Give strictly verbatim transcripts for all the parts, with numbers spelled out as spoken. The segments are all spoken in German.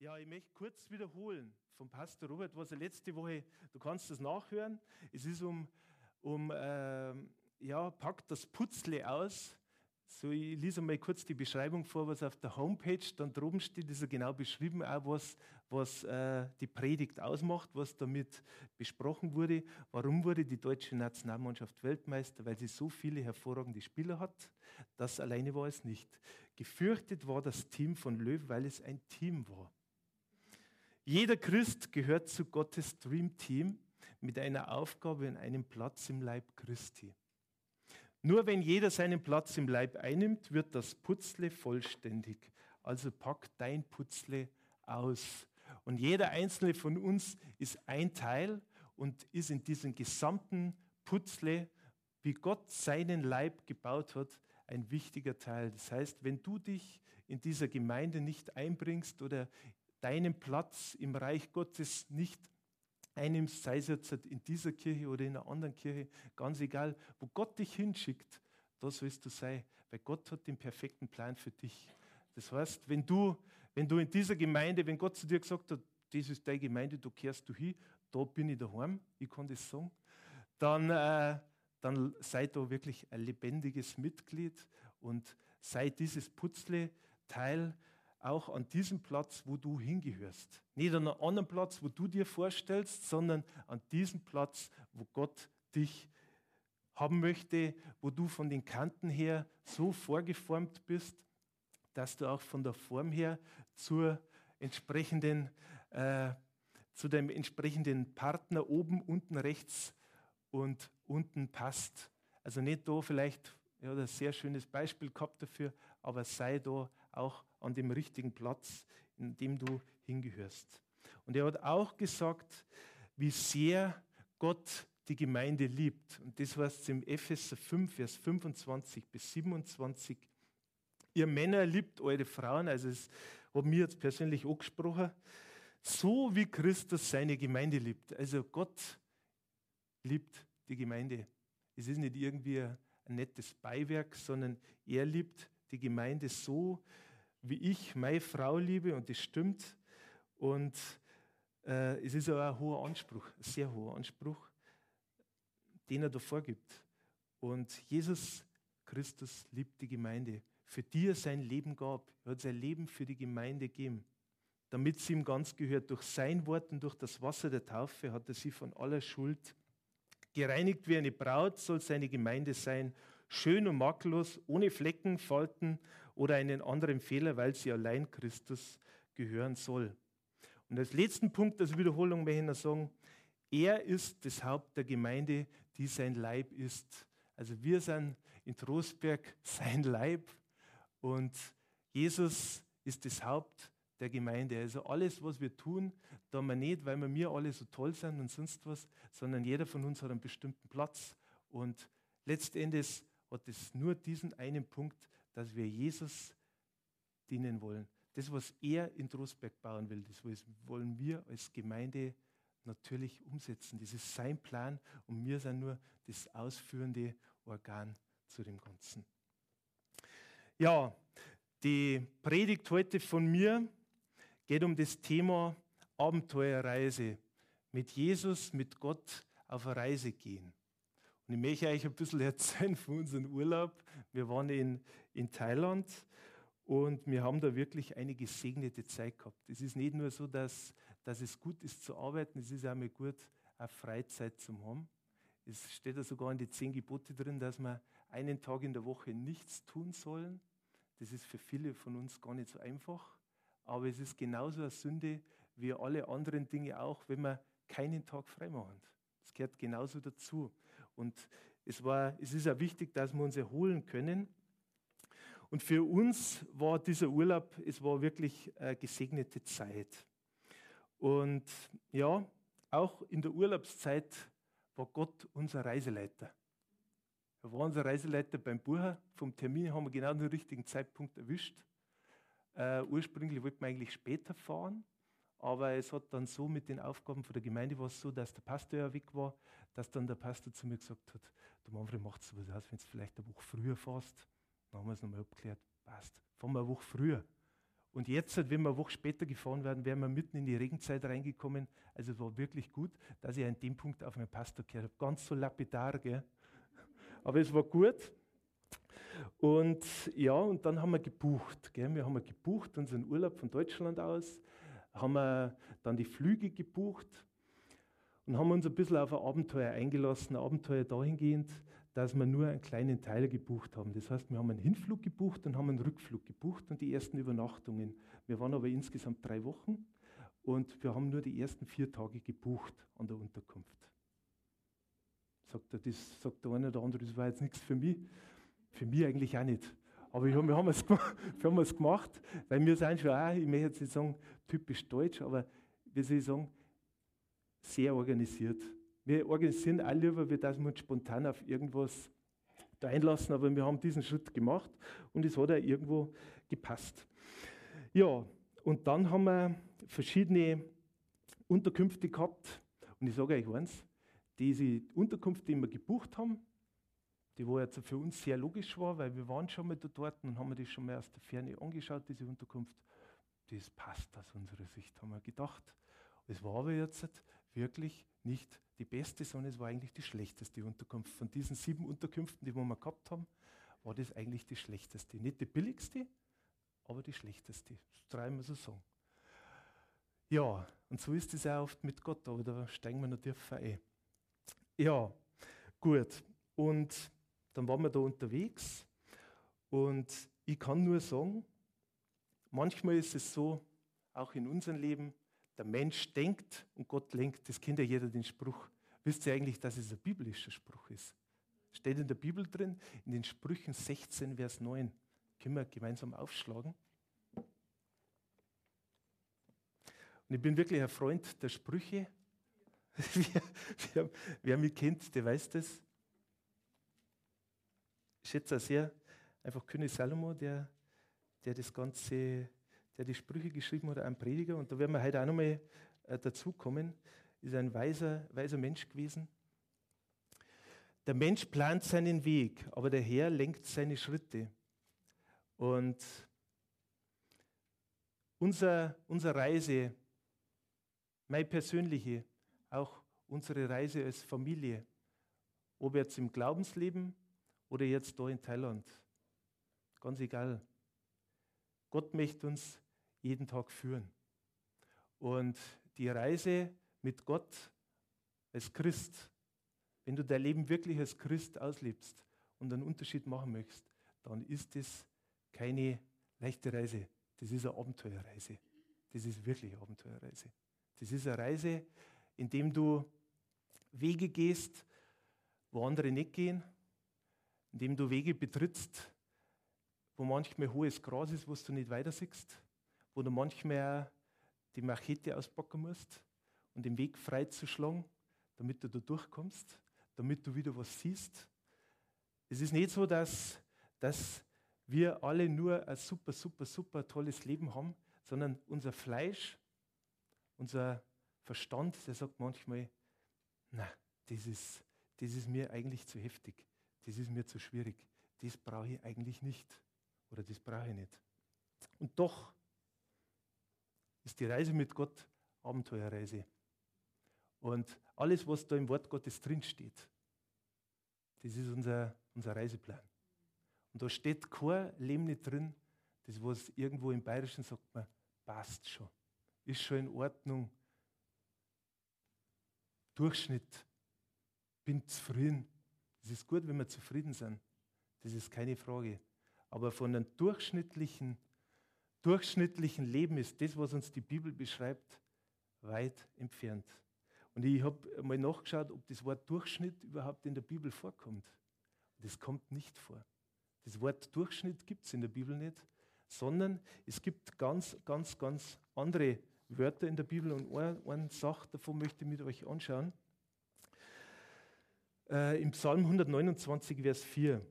Ja, ich möchte kurz wiederholen vom Pastor Robert, was er letzte Woche, du kannst das nachhören, es ist um, um äh, ja, packt das Putzle aus. So, ich lese mal kurz die Beschreibung vor, was auf der Homepage dann droben steht. Das ist ja genau beschrieben, auch was, was äh, die Predigt ausmacht, was damit besprochen wurde. Warum wurde die deutsche Nationalmannschaft Weltmeister? Weil sie so viele hervorragende Spieler hat. Das alleine war es nicht. Gefürchtet war das Team von Löw, weil es ein Team war. Jeder Christ gehört zu Gottes Dream-Team mit einer Aufgabe und einem Platz im Leib Christi. Nur wenn jeder seinen Platz im Leib einnimmt, wird das Putzle vollständig. Also pack dein Putzle aus. Und jeder einzelne von uns ist ein Teil und ist in diesem gesamten Putzle, wie Gott seinen Leib gebaut hat, ein wichtiger Teil. Das heißt, wenn du dich in dieser Gemeinde nicht einbringst oder deinen Platz im Reich Gottes nicht einnimmst, sei es jetzt in dieser Kirche oder in einer anderen Kirche, ganz egal, wo Gott dich hinschickt, da sollst du sein, weil Gott hat den perfekten Plan für dich. Das heißt, wenn du, wenn du in dieser Gemeinde, wenn Gott zu dir gesagt hat, das ist deine Gemeinde, da kehrst du hin, da bin ich daheim, ich kann das sagen, dann, äh, dann sei da wirklich ein lebendiges Mitglied und sei dieses Putzle Teil auch an diesem Platz, wo du hingehörst. Nicht an einem anderen Platz, wo du dir vorstellst, sondern an diesem Platz, wo Gott dich haben möchte, wo du von den Kanten her so vorgeformt bist, dass du auch von der Form her zur entsprechenden, äh, zu deinem entsprechenden Partner oben, unten rechts und unten passt. Also nicht da vielleicht, ja, ein sehr schönes Beispiel gehabt dafür, aber sei da auch an dem richtigen Platz, in dem du hingehörst. Und er hat auch gesagt, wie sehr Gott die Gemeinde liebt. Und das heißt im Epheser fünf, Vers fünfundzwanzig bis siebenundzwanzig, ihr Männer liebt eure Frauen, also es hat mir jetzt persönlich angesprochen, so wie Christus seine Gemeinde liebt. Also Gott liebt die Gemeinde. Es ist nicht irgendwie ein nettes Beiwerk, sondern er liebt die Gemeinde so, wie ich meine Frau liebe, und das stimmt. Und äh, es ist auch ein hoher Anspruch, ein sehr hoher Anspruch, den er da vorgibt. Und Jesus Christus liebt die Gemeinde, für die er sein Leben gab. Er hat sein Leben für die Gemeinde gegeben, damit sie ihm ganz gehört. Durch sein Wort und durch das Wasser der Taufe hat er sie von aller Schuld gereinigt wie eine Braut, soll seine Gemeinde sein, schön und makellos, ohne Flecken, Falten oder einen anderen Fehler, weil sie allein Christus gehören soll. Und als letzten Punkt, als Wiederholung möchte ich noch sagen, er ist das Haupt der Gemeinde, die sein Leib ist. Also wir sind in Trostberg sein Leib und Jesus ist das Haupt der Gemeinde. Also alles, was wir tun, tun wir nicht, weil wir mir alle so toll sind und sonst was, sondern jeder von uns hat einen bestimmten Platz. Und letztendlich hat es nur diesen einen Punkt, dass wir Jesus dienen wollen. Das, was er in Trostberg bauen will, das wollen wir als Gemeinde natürlich umsetzen. Das ist sein Plan und wir sind nur das ausführende Organ zu dem Ganzen. Ja, die Predigt heute von mir geht um das Thema Abenteuerreise. Mit Jesus, mit Gott auf eine Reise gehen. Und ich möchte euch ein bisschen erzählen von unserem Urlaub. Wir waren in, in Thailand und wir haben da wirklich eine gesegnete Zeit gehabt. Es ist nicht nur so, dass, dass es gut ist zu arbeiten, es ist auch mal gut, auch Freizeit zu haben. Es steht da sogar in die zehn Gebote drin, dass wir einen Tag in der Woche nichts tun sollen. Das ist für viele von uns gar nicht so einfach. Aber es ist genauso eine Sünde wie alle anderen Dinge auch, wenn wir keinen Tag frei machen. Das gehört genauso dazu. Und es, war, es ist auch wichtig, dass wir uns erholen können. Und für uns war dieser Urlaub, es war wirklich eine gesegnete Zeit. Und ja, auch in der Urlaubszeit war Gott unser Reiseleiter. Er war unser Reiseleiter beim Buchen. Vom Termin haben wir genau den richtigen Zeitpunkt erwischt. Uh, ursprünglich wollten wir eigentlich später fahren, aber es hat dann so mit den Aufgaben von der Gemeinde war es so, dass der Pastor ja weg war, dass dann der Pastor zu mir gesagt hat, du Manfred, macht es was aus, wenn du vielleicht eine Woche früher fährst. Dann haben wir es nochmal abgeklärt, passt, fahren wir eine Woche früher. Und jetzt, wenn wir eine Woche später gefahren werden, wären wir mitten in die Regenzeit reingekommen. Also es war wirklich gut, dass ich an dem Punkt auf meinen Pastor gehört habe. Ganz so lapidar, gell? Aber es war gut. Und ja, und dann haben wir gebucht. Gell? Wir haben gebucht, unseren Urlaub von Deutschland aus, haben wir dann die Flüge gebucht und haben uns ein bisschen auf ein Abenteuer eingelassen. Ein Abenteuer dahingehend, dass wir nur einen kleinen Teil gebucht haben. Das heißt, wir haben einen Hinflug gebucht und haben einen Rückflug gebucht und die ersten Übernachtungen. Wir waren aber insgesamt drei Wochen und wir haben nur die ersten vier Tage gebucht an der Unterkunft. Sagt der, das sagt der eine oder andere, das war jetzt nichts für mich. Für mich eigentlich auch nicht. Aber wir haben es wir haben es gemacht, weil wir sind schon auch, ich möchte jetzt nicht sagen, typisch deutsch, aber wie soll ich sagen, sehr organisiert. Wir organisieren auch lieber, wie dass wir uns spontan auf irgendwas da einlassen, aber wir haben diesen Schritt gemacht und es hat auch irgendwo gepasst. Ja, und dann haben wir verschiedene Unterkünfte gehabt und ich sage euch eins, diese Unterkunft, die wir gebucht haben, die wo jetzt für uns sehr logisch war, weil wir waren schon mal dort und haben wir das schon mal aus der Ferne angeschaut, diese Unterkunft. Das passt aus unserer Sicht, haben wir gedacht. Es war aber jetzt wirklich nicht die beste, sondern es war eigentlich die schlechteste Unterkunft. Von diesen sieben Unterkünften, die wir mal gehabt haben, war das eigentlich die schlechteste. Nicht die billigste, aber die schlechteste. Das treiben wir so sagen. Ja, und so ist es auch oft mit Gott, aber da steigen wir noch tiefer ein. Ja, gut. Und dann waren wir da unterwegs und ich kann nur sagen, manchmal ist es so, auch in unserem Leben, der Mensch denkt und Gott lenkt. Das kennt ja jeder den Spruch. Wisst ihr eigentlich, dass es ein biblischer Spruch ist? Steht in der Bibel drin, in den Sprüchen sechzehn, Vers neun. Können wir gemeinsam aufschlagen. Und ich bin wirklich ein Freund der Sprüche. wer, wer, wer mich kennt, der weiß das. Ich schätze auch sehr einfach König Salomo, der, der das Ganze, der die Sprüche geschrieben hat, ein Prediger. Und da werden wir heute auch nochmal äh, dazukommen. Ist ein weiser, weiser Mensch gewesen. Der Mensch plant seinen Weg, aber der Herr lenkt seine Schritte. Und unser, unsere Reise, meine persönliche, auch unsere Reise als Familie, ob jetzt im Glaubensleben oder jetzt da in Thailand, ganz egal. Gott möchte uns jeden Tag führen. Und die Reise mit Gott als Christ, wenn du dein Leben wirklich als Christ auslebst und einen Unterschied machen möchtest, dann ist es keine leichte Reise. Das ist eine Abenteuerreise. Das ist wirklich eine Abenteuerreise. Das ist eine Reise, in der du Wege gehst, wo andere nicht gehen, in dem du Wege betrittst, wo manchmal hohes Gras ist, was du nicht weiter siehst, wo du manchmal die Machete auspacken musst und den Weg frei zu schlagen, damit du da durchkommst, damit du wieder was siehst. Es ist nicht so, dass, dass wir alle nur ein super, super, super tolles Leben haben, sondern unser Fleisch, unser Verstand, der sagt manchmal, na, das ist, das ist mir eigentlich zu heftig. Das ist mir zu schwierig. Das brauche ich eigentlich nicht. Oder das brauche ich nicht. Und doch ist die Reise mit Gott Abenteuerreise. Und alles, was da im Wort Gottes drinsteht, das ist unser, unser Reiseplan. Und da steht kein Leben nicht drin, das was irgendwo im Bayerischen sagt man, passt schon. Ist schon in Ordnung. Durchschnitt. Bin zufrieden. Es ist gut, wenn wir zufrieden sind. Das ist keine Frage. Aber von einem durchschnittlichen, durchschnittlichen Leben ist das, was uns die Bibel beschreibt, weit entfernt. Und ich habe mal nachgeschaut, ob das Wort Durchschnitt überhaupt in der Bibel vorkommt. Und das kommt nicht vor. Das Wort Durchschnitt gibt es in der Bibel nicht, sondern es gibt ganz, ganz, ganz andere Wörter in der Bibel. Und eine, eine Sache davon möchte ich mit euch anschauen. Äh, Im Psalm hundertneunundzwanzig, Vers vier.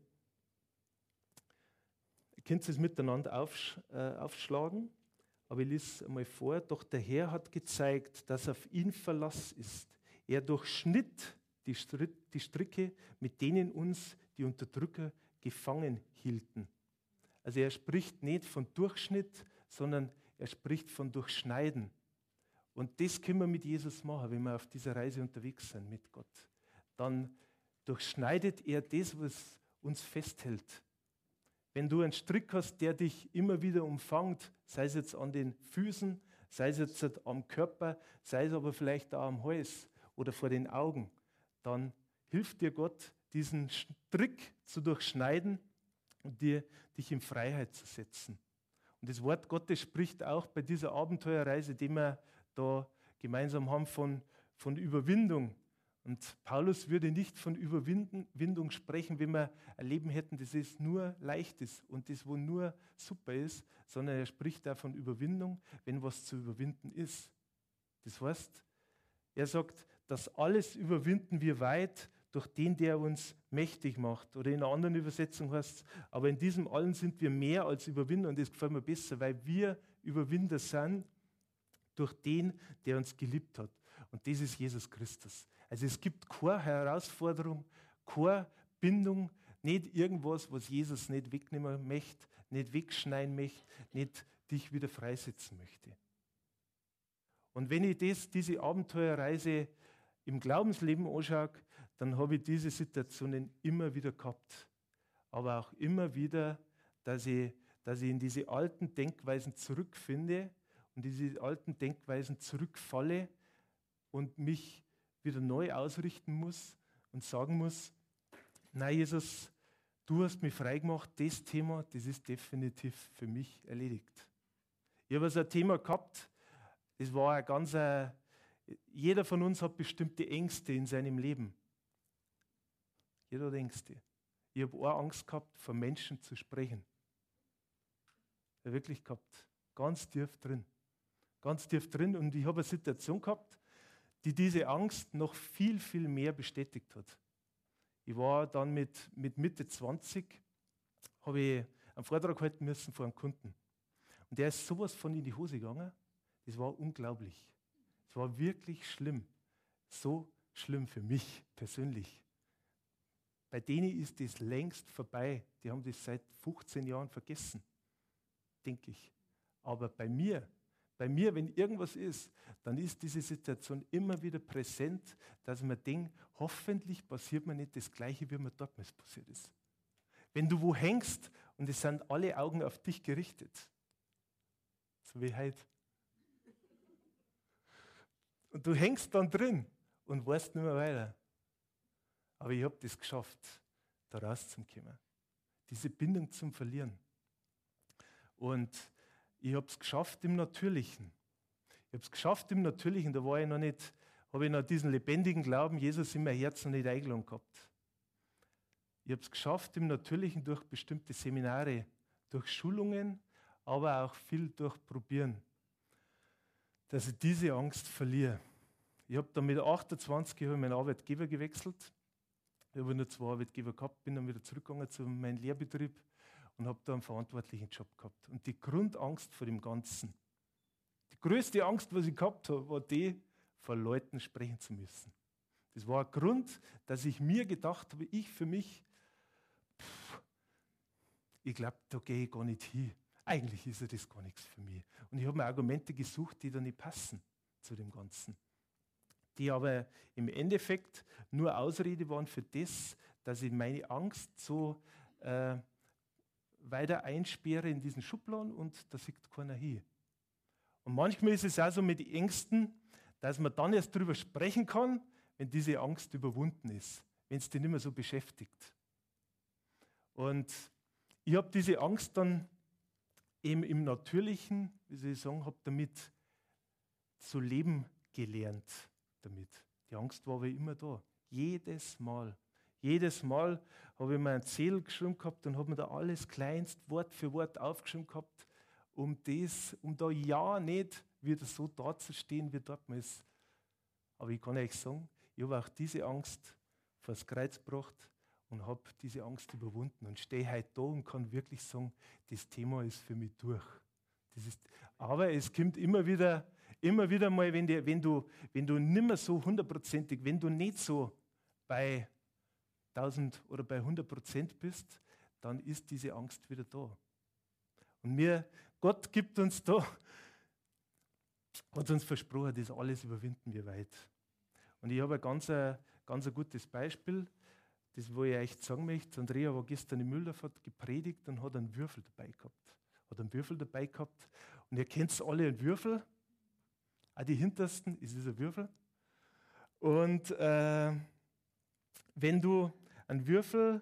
Ihr könnt es miteinander aufsch, äh, aufschlagen, aber ich lese einmal vor. Doch der Herr hat gezeigt, dass auf ihn Verlass ist. Er durchschnitt die, Stritt, die Stricke, mit denen uns die Unterdrücker gefangen hielten. Also er spricht nicht von Durchschnitt, sondern er spricht von Durchschneiden. Und das können wir mit Jesus machen, wenn wir auf dieser Reise unterwegs sind mit Gott. Dann durchschneidet er das, was uns festhält. Wenn du einen Strick hast, der dich immer wieder umfängt, sei es jetzt an den Füßen, sei es jetzt am Körper, sei es aber vielleicht auch am Hals oder vor den Augen, dann hilft dir Gott, diesen Strick zu durchschneiden und dir, dich in Freiheit zu setzen. Und das Wort Gottes spricht auch bei dieser Abenteuerreise, die wir da gemeinsam haben, von, von Überwindung. Und Paulus würde nicht von Überwindung sprechen, wenn wir ein Leben hätten, das ist nur leicht ist und das, wo nur super ist, sondern er spricht auch von Überwindung, wenn was zu überwinden ist. Das heißt, er sagt, das alles überwinden wir weit durch den, der uns mächtig macht. Oder in einer anderen Übersetzung heißt es, aber in diesem allen sind wir mehr als Überwinder und das gefällt mir besser, weil wir Überwinder sind durch den, der uns geliebt hat. Und das ist Jesus Christus. Also es gibt keine Herausforderung, keine Bindung, nicht irgendwas, was Jesus nicht wegnehmen möchte, nicht wegschneiden möchte, nicht dich wieder freisetzen möchte. Und wenn ich das, diese Abenteuerreise im Glaubensleben anschaue, dann habe ich diese Situationen immer wieder gehabt. Aber auch immer wieder, dass ich, dass ich in diese alten Denkweisen zurückfinde und diese alten Denkweisen zurückfalle und mich wieder neu ausrichten muss und sagen muss, nein, Jesus, du hast mich freigemacht, das Thema, das ist definitiv für mich erledigt. Ich habe so ein Thema gehabt, das war ein ganz, äh, jeder von uns hat bestimmte Ängste in seinem Leben. Jeder hat Ängste. Ich habe auch Angst gehabt, vor Menschen zu sprechen. Ja, wirklich gehabt. Ganz tief drin. Ganz tief drin. Und ich habe eine Situation gehabt, die diese Angst noch viel, viel mehr bestätigt hat. Ich war dann mit, mit Mitte zwanzig, habe ich einen Vortrag halten müssen vor einem Kunden. Und der ist sowas von in die Hose gegangen, das war unglaublich. Es war wirklich schlimm. So schlimm für mich persönlich. Bei denen ist das längst vorbei. Die haben das seit fünfzehn Jahren vergessen, denke ich. Aber bei mir, bei mir, wenn irgendwas ist, dann ist diese Situation immer wieder präsent, dass man denkt, hoffentlich passiert mir nicht das Gleiche, wie mir damals passiert ist. Wenn du wo hängst und es sind alle Augen auf dich gerichtet, so wie heute. Und du hängst dann drin und weißt nicht mehr weiter. Aber ich habe das geschafft, da rauszukommen. Diese Bindung zum Verlieren. Und ich habe es geschafft im Natürlichen. Ich habe es geschafft im Natürlichen, da war ich noch nicht, habe ich noch diesen lebendigen Glauben, Jesus in mein Herz noch nicht eingeladen gehabt. Ich habe es geschafft im Natürlichen durch bestimmte Seminare, durch Schulungen, aber auch viel durch Probieren, dass ich diese Angst verliere. Ich habe dann mit achtundzwanzig Jahren meinen Arbeitgeber gewechselt. Ich habe nur zwei Arbeitgeber gehabt, bin dann wieder zurückgegangen zu meinem Lehrbetrieb und habe da einen verantwortlichen Job gehabt. Und die Grundangst vor dem Ganzen, die größte Angst, was ich gehabt habe, war die, vor Leuten sprechen zu müssen. Das war ein Grund, dass ich mir gedacht habe, ich für mich, pff, ich glaube, da gehe ich gar nicht hin. Eigentlich ist ja das gar nichts für mich. Und ich habe mir Argumente gesucht, die da nicht passen zu dem Ganzen. Die aber im Endeffekt nur Ausrede waren für das, dass ich meine Angst so äh, weiter einsperre in diesen Schubladen und da sieht keiner hin. Und manchmal ist es auch so mit Ängsten, dass man dann erst darüber sprechen kann, wenn diese Angst überwunden ist, wenn es dich nicht mehr so beschäftigt. Und ich habe diese Angst dann eben im Natürlichen, wie soll ich sagen, habe damit zu leben gelernt. Damit. Die Angst war aber immer da. Jedes Mal. Jedes Mal habe ich mir ein Zettel geschrieben gehabt und habe mir da alles kleinst Wort für Wort aufgeschrieben gehabt, um das, um da ja nicht wieder so dazustehen, wie dort man ist. Aber ich kann euch sagen, ich habe auch diese Angst vor das Kreuz gebracht und habe diese Angst überwunden und stehe heute da und kann wirklich sagen, das Thema ist für mich durch. Das ist, aber es kommt immer wieder Immer wieder mal, wenn, die, wenn du, wenn du nicht mehr so hundertprozentig, wenn du nicht so bei tausend oder bei hundert Prozent bist, dann ist diese Angst wieder da. Und mir, Gott gibt uns da, hat uns versprochen, das alles überwinden wir weit. Und ich habe ein ganz, ein, ganz ein gutes Beispiel, das wo ich euch sagen möchte. Andrea war gestern in Mühldorf, hat gepredigt und hat einen Würfel dabei gehabt. Hat einen Würfel dabei gehabt. Und ihr kennt alle einen Würfel. Auch die hintersten ist dieser Würfel. Und äh, wenn du einen Würfel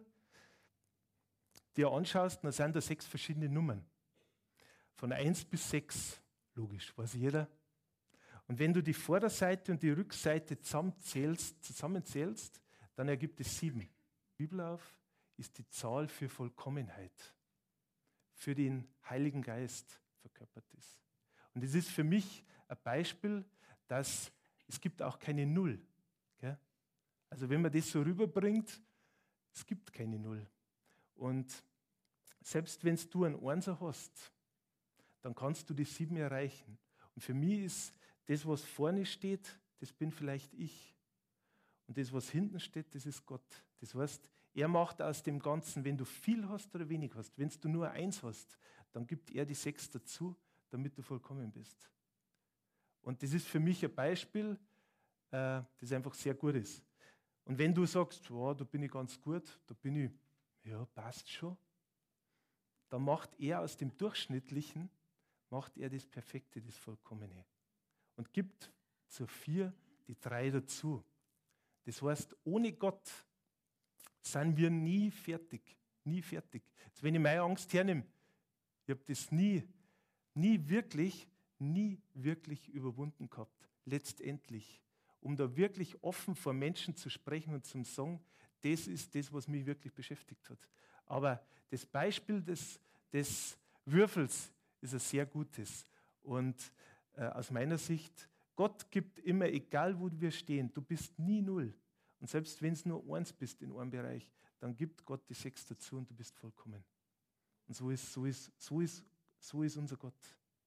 dir anschaust, dann sind da sechs verschiedene Nummern. Von eins bis sechs, logisch, weiß jeder. Und wenn du die Vorderseite und die Rückseite zusammenzählst, zusammenzählst, dann ergibt es sieben. Bibelauf ist die Zahl für Vollkommenheit, für den Heiligen Geist verkörpert ist. Und es ist für mich ein Beispiel, dass es gibt auch keine Null. Gell? Also wenn man das so rüberbringt, es gibt keine Null. Und selbst wenn du einen Einser hast, dann kannst du die sieben erreichen. Und für mich ist das, was vorne steht, das bin vielleicht ich. Und das, was hinten steht, das ist Gott. Das heißt, er macht aus dem Ganzen, wenn du viel hast oder wenig hast, wenn du nur eins hast, dann gibt er die sechs dazu, damit du vollkommen bist. Und das ist für mich ein Beispiel, äh, das einfach sehr gut ist. Und wenn du sagst, oh, da bin ich ganz gut, da bin ich, ja, passt schon, dann macht er aus dem Durchschnittlichen, macht er das Perfekte, das Vollkommene. Und gibt zur vier die drei dazu. Das heißt, ohne Gott sind wir nie fertig. Nie fertig. Jetzt, wenn ich meine Angst hernehme, ich habe das nie, nie wirklich, nie wirklich überwunden gehabt. Letztendlich. Um da wirklich offen vor Menschen zu sprechen und zu sagen, das ist das, was mich wirklich beschäftigt hat. Aber das Beispiel des, des Würfels ist ein sehr gutes. Und äh, aus meiner Sicht, Gott gibt immer, egal wo wir stehen, du bist nie null. Und selbst wenn es nur eins bist in einem Bereich, dann gibt Gott die sechs dazu und du bist vollkommen. Und so ist, so ist, so ist, so ist unser Gott.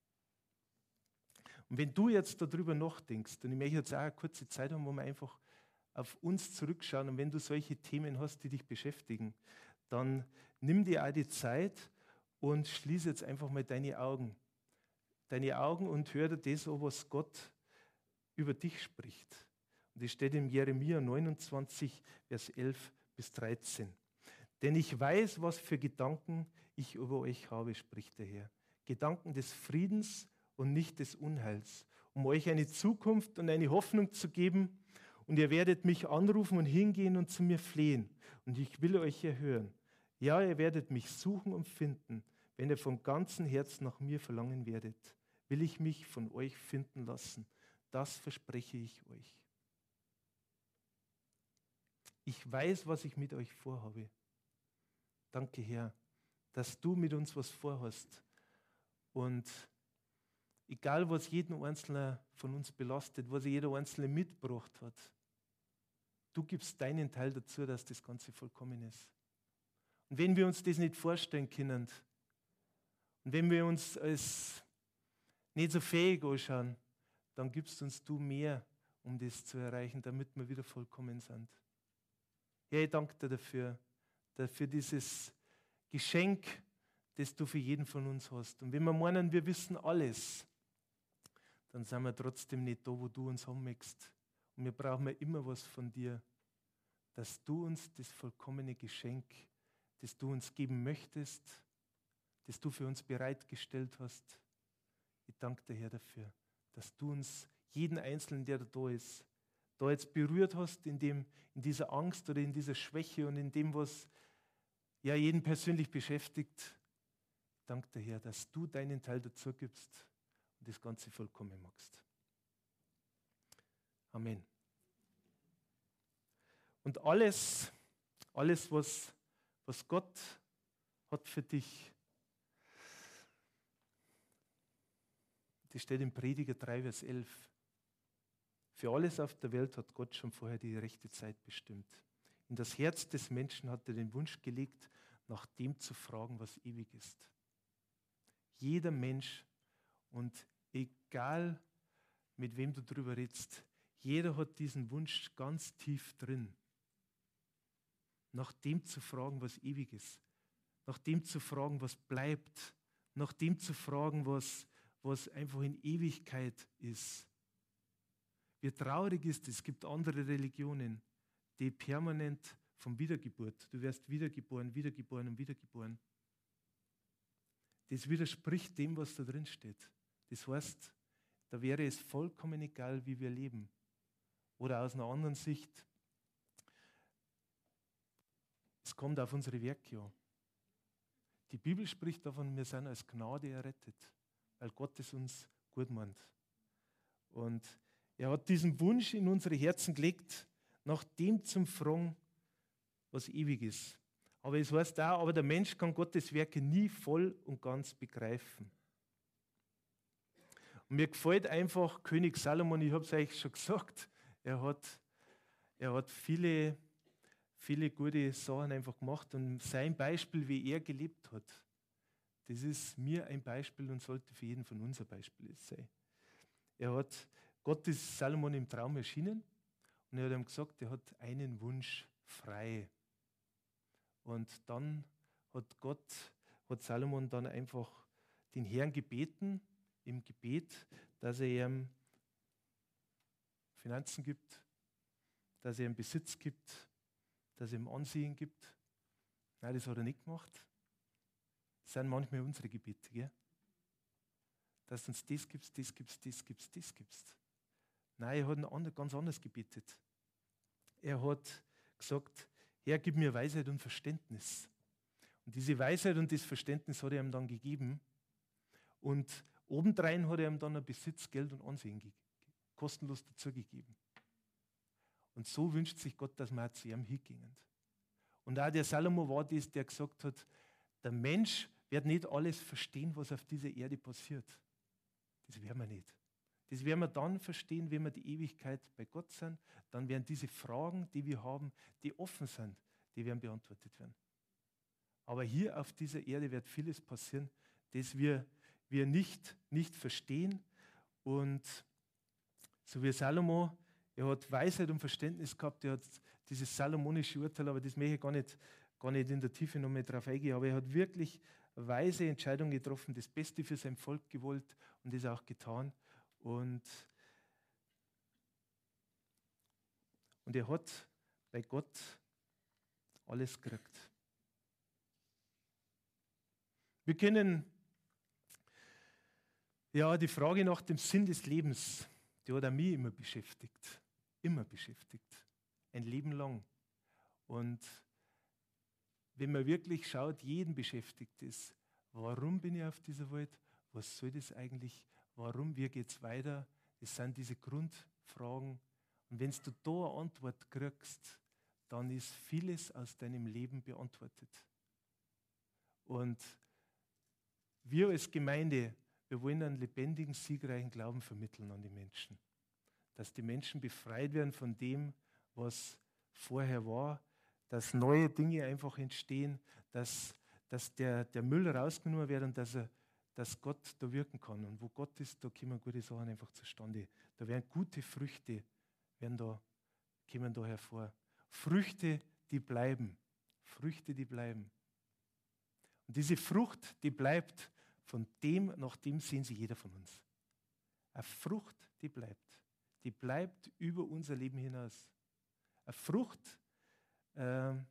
Und wenn du jetzt darüber nachdenkst, und ich möchte jetzt auch eine kurze Zeit haben, wo wir einfach auf uns zurückschauen, und wenn du solche Themen hast, die dich beschäftigen, dann nimm dir auch die Zeit und schließe jetzt einfach mal deine Augen. Deine Augen und hör dir das an, was Gott über dich spricht. Und das steht in Jeremia neunundzwanzig, Vers elf bis dreizehn. Denn ich weiß, was für Gedanken ich über euch habe, spricht der Herr. Gedanken des Friedens und nicht des Unheils, um euch eine Zukunft und eine Hoffnung zu geben. Und ihr werdet mich anrufen und hingehen und zu mir flehen. Und ich will euch erhören. Ja, ihr werdet mich suchen und finden. Wenn ihr von ganzem Herzen nach mir verlangen werdet, will ich mich von euch finden lassen. Das verspreche ich euch. Ich weiß, was ich mit euch vorhabe. Danke, Herr, dass du mit uns was vorhast. Und egal, was jeden Einzelnen von uns belastet, was jeder Einzelne mitgebracht hat, du gibst deinen Teil dazu, dass das Ganze vollkommen ist. Und wenn wir uns das nicht vorstellen können, und wenn wir uns als nicht so fähig anschauen, dann gibst uns du mehr, um das zu erreichen, damit wir wieder vollkommen sind. Ja, ich danke dir dafür, für dieses Geschenk, das du für jeden von uns hast. Und wenn wir meinen, wir wissen alles, dann sind wir trotzdem nicht da, wo du uns haben möchtest. Und wir brauchen immer was von dir, dass du uns das vollkommene Geschenk, das du uns geben möchtest, das du für uns bereitgestellt hast. Ich danke dir, Herr, dafür, dass du uns, jeden Einzelnen, der da ist, da jetzt berührt hast in, dem, in dieser Angst oder in dieser Schwäche und in dem, was ja jeden persönlich beschäftigt. Ich danke dir, Herr, dass du deinen Teil dazu gibst und das Ganze vollkommen machst. Amen. Und alles, alles was, was Gott hat für dich, das steht in Prediger drei, Vers elf. Für alles auf der Welt hat Gott schon vorher die rechte Zeit bestimmt. In das Herz des Menschen hat er den Wunsch gelegt, nach dem zu fragen, was ewig ist. Jeder Mensch, und egal mit wem du drüber redest, jeder hat diesen Wunsch ganz tief drin. Nach dem zu fragen, was ewig ist. Nach dem zu fragen, was bleibt. nach dem zu fragen, was, was einfach in Ewigkeit ist. Wie traurig ist es, es gibt andere Religionen, die permanent von Wiedergeburt, du wirst wiedergeboren, wiedergeboren und wiedergeboren. Das widerspricht dem, was da drin steht. Das heißt, da wäre es vollkommen egal, wie wir leben. Oder aus einer anderen Sicht, es kommt auf unsere Werke an. Die Bibel spricht davon, wir sind als Gnade errettet, weil Gott es uns gut meint. Und er hat diesen Wunsch in unsere Herzen gelegt, nach dem zum fragen, was ewig ist. Aber es heißt auch, aber der Mensch kann Gottes Werke nie voll und ganz begreifen. Und mir gefällt einfach König Salomon, ich habe es euch schon gesagt, er hat, er hat viele, viele gute Sachen einfach gemacht und sein Beispiel, wie er gelebt hat, das ist mir ein Beispiel und sollte für jeden von uns ein Beispiel sein. Er hat, Gott ist Salomon im Traum erschienen und er hat ihm gesagt, er hat einen Wunsch frei. Und dann hat Gott, hat Salomon dann einfach den Herrn gebeten, im Gebet, dass er ihm Finanzen gibt, dass er ihm Besitz gibt, dass er ihm Ansehen gibt. Nein, das hat er nicht gemacht. Das sind manchmal unsere Gebete, gell? Dass du uns das gibst, das gibst, das gibst, das gibst. Nein, er hat ein ander, ganz anders gebetet. Er hat gesagt, Herr, gib mir Weisheit und Verständnis. Und diese Weisheit und das Verständnis hat er ihm dann gegeben. Und obendrein hat er ihm dann ein Besitz, Geld und Ansehen ge- kostenlos dazugegeben. Und so wünscht sich Gott, dass wir auch zu ihm hingehen. Und auch der Salomo war das, der gesagt hat, der Mensch wird nicht alles verstehen, was auf dieser Erde passiert. Das werden wir nicht. Das werden wir dann verstehen, wenn wir die Ewigkeit bei Gott sind. Dann werden diese Fragen, die wir haben, die offen sind, die werden beantwortet werden. Aber hier auf dieser Erde wird vieles passieren, das wir, wir nicht, nicht verstehen. Und so wie Salomo, er hat Weisheit und Verständnis gehabt, er hat dieses salomonische Urteil, aber das möchte ich gar nicht, gar nicht in der Tiefe noch mehr drauf eingehen, aber er hat wirklich weise Entscheidungen getroffen, das Beste für sein Volk gewollt und das auch getan. Und, und er hat bei Gott alles gekriegt. Wir können, ja, die Frage nach dem Sinn des Lebens, die hat auch mich immer beschäftigt. Immer beschäftigt. Ein Leben lang. Und wenn man wirklich schaut, jeden beschäftigt es. Warum bin ich auf dieser Welt? Was soll das eigentlich? Warum? Wie geht es weiter? Das sind diese Grundfragen. Und wenn du da eine Antwort kriegst, dann ist vieles aus deinem Leben beantwortet. Und wir als Gemeinde, wir wollen einen lebendigen, siegreichen Glauben vermitteln an die Menschen. Dass die Menschen befreit werden von dem, was vorher war, dass neue Dinge einfach entstehen, dass, dass der, der Müll rausgenommen wird und dass, er, dass Gott da wirken kann. Und wo Gott ist, da kommen gute Sachen einfach zustande. Da werden gute Früchte, werden da, kommen da hervor. Früchte, die bleiben. Früchte, die bleiben. Und diese Frucht, die bleibt, von dem, nach dem sehen sie jeder von uns. Eine Frucht, die bleibt. Die bleibt über unser Leben hinaus. Eine Frucht, äh, eine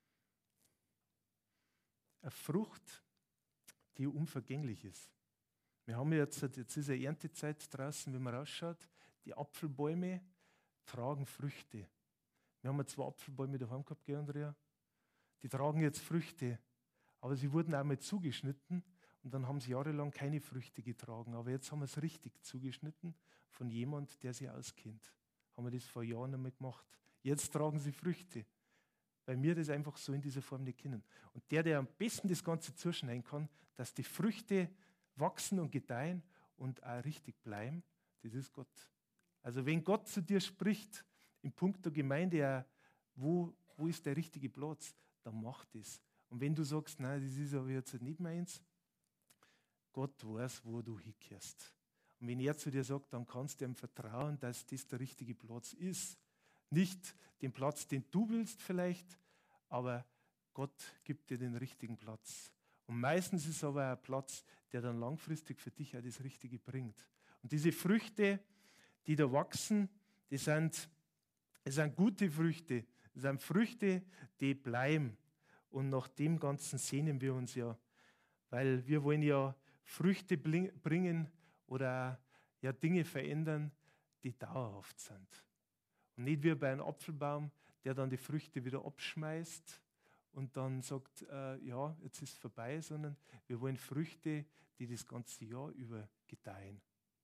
Frucht, die unvergänglich ist. Wir haben jetzt, jetzt ist eine Erntezeit draußen, wenn man rausschaut, die Apfelbäume tragen Früchte. Wir haben zwei Apfelbäume daheim gehabt, gell, Andrea? Die tragen jetzt Früchte, aber sie wurden einmal zugeschnitten und dann haben sie jahrelang keine Früchte getragen. Aber jetzt haben wir es richtig zugeschnitten von jemand, der sie auskennt. Haben wir das vor Jahren einmal gemacht. Jetzt tragen sie Früchte, weil wir das einfach so in dieser Form nicht kennen. Und der, der am besten das Ganze zuschneiden kann, dass die Früchte wachsen und gedeihen und auch richtig bleiben, das ist Gott. Also wenn Gott zu dir spricht, im Punkt der Gemeinde, wo, wo ist der richtige Platz, dann mach das. Und wenn du sagst, nein, das ist aber jetzt nicht meins, Gott weiß, wo du hinkehrst. Und wenn er zu dir sagt, dann kannst du ihm vertrauen, dass das der richtige Platz ist. Nicht den Platz, den du willst vielleicht, aber Gott gibt dir den richtigen Platz. Und meistens ist es aber ein Platz, der dann langfristig für dich auch das Richtige bringt. Und diese Früchte, die da wachsen, die sind, das sind gute Früchte. Das sind Früchte, die bleiben. Und nach dem Ganzen sehnen wir uns ja. Weil wir wollen ja Früchte bringen oder ja Dinge verändern, die dauerhaft sind. Und nicht wie bei einem Apfelbaum, der dann die Früchte wieder abschmeißt und dann sagt, äh, ja, jetzt ist es vorbei, sondern wir wollen Früchte, die das ganze Jahr über gedeihen.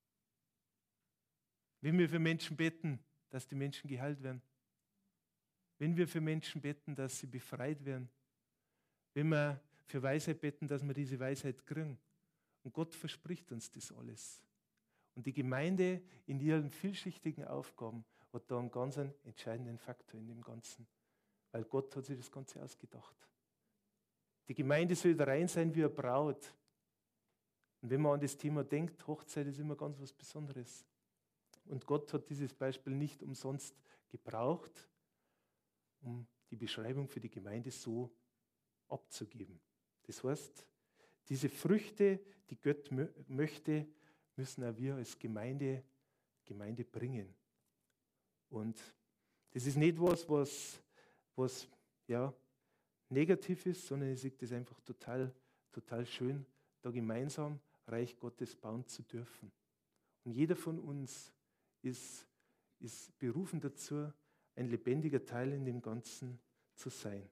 Wenn wir für Menschen beten, dass die Menschen geheilt werden. Wenn wir für Menschen beten, dass sie befreit werden. Wenn wir für Weisheit beten, dass wir diese Weisheit kriegen. Und Gott verspricht uns das alles. Und die Gemeinde in ihren vielschichtigen Aufgaben hat da einen ganz entscheidenden Faktor in dem Ganzen. Weil Gott hat sich das Ganze ausgedacht. Die Gemeinde soll da rein sein wie eine Braut. Und wenn man an das Thema denkt, Hochzeit ist immer ganz was Besonderes. Und Gott hat dieses Beispiel nicht umsonst gebraucht, um die Beschreibung für die Gemeinde so abzugeben. Das heißt, diese Früchte, die Gott mö- möchte, müssen auch wir als Gemeinde, Gemeinde bringen. Und das ist nicht was, was, was ja, negativ ist, sondern ich sehe das einfach total, total schön, da gemeinsam Reich Gottes bauen zu dürfen. Und jeder von uns ist, ist berufen dazu, ein lebendiger Teil in dem Ganzen zu sein.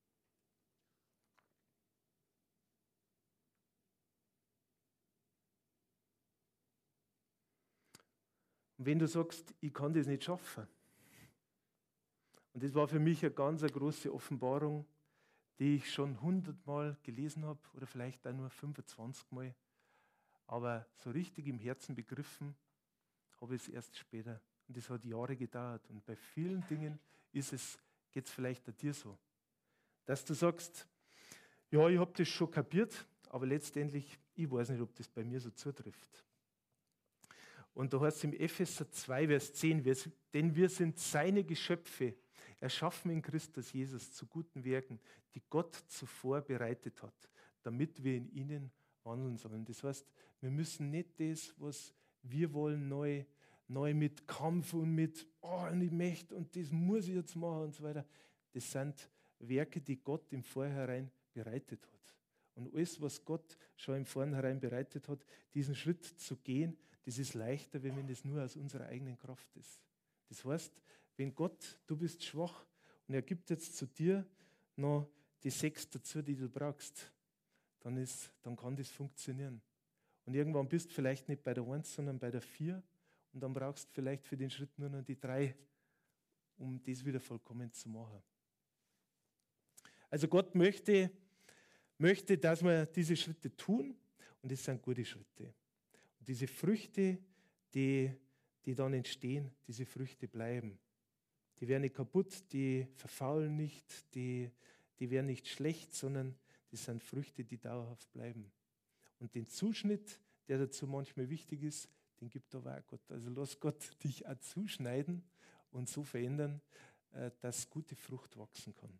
Und wenn du sagst, ich kann das nicht schaffen, und das war für mich eine ganz eine große Offenbarung, die ich schon hundertmal gelesen habe oder vielleicht auch nur fünfundzwanzig Mal, aber so richtig im Herzen begriffen habe ich es erst später. Und das hat Jahre gedauert. Und bei vielen Dingen ist es, geht es vielleicht auch dir so, dass du sagst, ja, ich habe das schon kapiert, aber letztendlich, ich weiß nicht, ob das bei mir so zutrifft. Und da heißt es im Epheser zwei, Vers zehn, denn wir sind seine Geschöpfe, erschaffen in Christus Jesus zu guten Werken, die Gott zuvor bereitet hat, damit wir in ihnen wandeln sollen. Das heißt, wir müssen nicht das, was wir wollen, neu, neu mit Kampf und mit, oh, und ich möchte und das muss ich jetzt machen und so weiter. Das sind Werke, die Gott im Vorhinein bereitet hat. Und alles, was Gott schon im Vorhinein bereitet hat, diesen Schritt zu gehen, das ist leichter, wenn das nur aus unserer eigenen Kraft ist. Das heißt, wenn Gott, du bist schwach und er gibt jetzt zu dir noch die sechs dazu, die du brauchst, dann, ist, dann kann das funktionieren. Und irgendwann bist du vielleicht nicht bei der eins, sondern bei der vier und dann brauchst du vielleicht für den Schritt nur noch die drei, um das wieder vollkommen zu machen. Also Gott möchte, möchte, dass wir diese Schritte tun und das sind gute Schritte. Und diese Früchte, die, die dann entstehen, diese Früchte bleiben. Die werden nicht kaputt, die verfaulen nicht, die, die werden nicht schlecht, sondern das sind Früchte, die dauerhaft bleiben. Und den Zuschnitt, der dazu manchmal wichtig ist, den gibt aber auch Gott. Also lass Gott dich auch zuschneiden und so verändern, dass gute Frucht wachsen kann.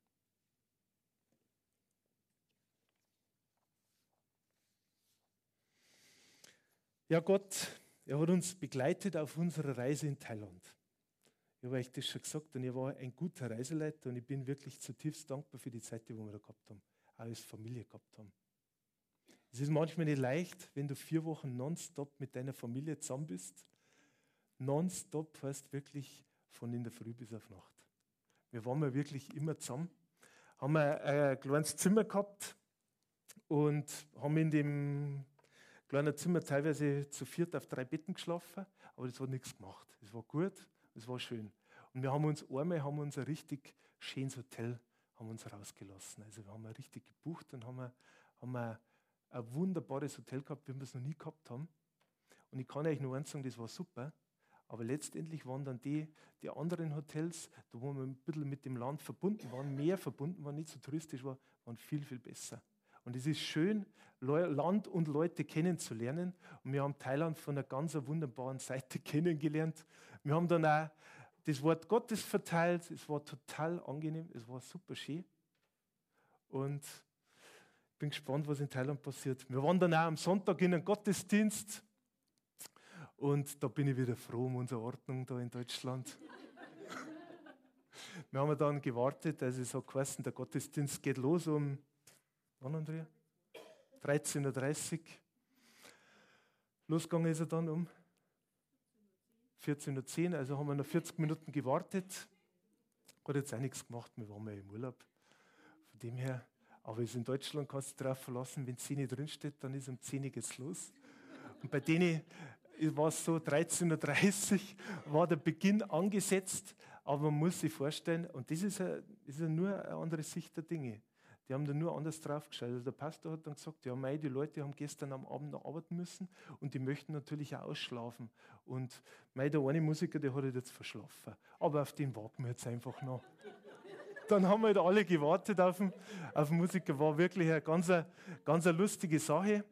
Ja, Gott, er hat uns begleitet auf unserer Reise in Thailand. Ich habe euch das schon gesagt und er war ein guter Reiseleiter und ich bin wirklich zutiefst dankbar für die Zeit, die wir da gehabt haben, auch als Familie gehabt haben. Es ist manchmal nicht leicht, wenn du vier Wochen nonstop mit deiner Familie zusammen bist. Nonstop heißt wirklich von in der Früh bis auf Nacht. Wir waren ja wirklich immer zusammen, haben ein kleines Zimmer gehabt und haben in dem kleinen Zimmer teilweise zu viert auf drei Betten geschlafen, aber das hat nichts gemacht. Es war gut, es war schön. Und wir haben uns einmal haben uns ein richtig schönes Hotel haben uns rausgelassen. Also wir haben ein richtig gebucht und haben, wir, haben wir ein wunderbares Hotel gehabt, wie wir es noch nie gehabt haben. Und ich kann euch nur eins sagen, das war super. Aber letztendlich waren dann die, die anderen Hotels, da wo wir ein bisschen mit dem Land verbunden waren, mehr verbunden waren, nicht so touristisch war, waren viel, viel besser. Und es ist schön, Land und Leute kennenzulernen. Und wir haben Thailand von einer ganz wunderbaren Seite kennengelernt. Wir haben dann auch das Wort Gottes verteilt. Es war total angenehm, es war super schön. Und bin gespannt, was in Thailand passiert. Wir waren dann auch am Sonntag in einen Gottesdienst und da bin ich wieder froh um unsere Ordnung da in Deutschland. Wir haben dann gewartet, also es hat geheißen, der Gottesdienst geht los um, wann, Andrea? dreizehn Uhr dreißig. Losgegangen ist er dann um vierzehn Uhr zehn, also haben wir noch vierzig Minuten gewartet. Hat jetzt auch nichts gemacht, wir waren ja im Urlaub. Von dem her, aber in Deutschland kannst du dich darauf verlassen, wenn zehn Uhr drinsteht, dann ist um zehn Uhr geht's los. Und bei denen war es so, dreizehn Uhr dreißig war der Beginn angesetzt, aber man muss sich vorstellen, und das ist ja, das ist ja nur eine andere Sicht der Dinge. Die haben da nur anders drauf geschaut. Also der Pastor hat dann gesagt, ja mei, die Leute haben gestern am Abend noch arbeiten müssen und die möchten natürlich auch ausschlafen. Und mei, der eine Musiker, der hat halt jetzt verschlafen. Aber auf den warten wir jetzt einfach noch. Dann haben wir halt alle gewartet auf den, auf den Musiker. War wirklich eine ganz, ganz eine lustige Sache.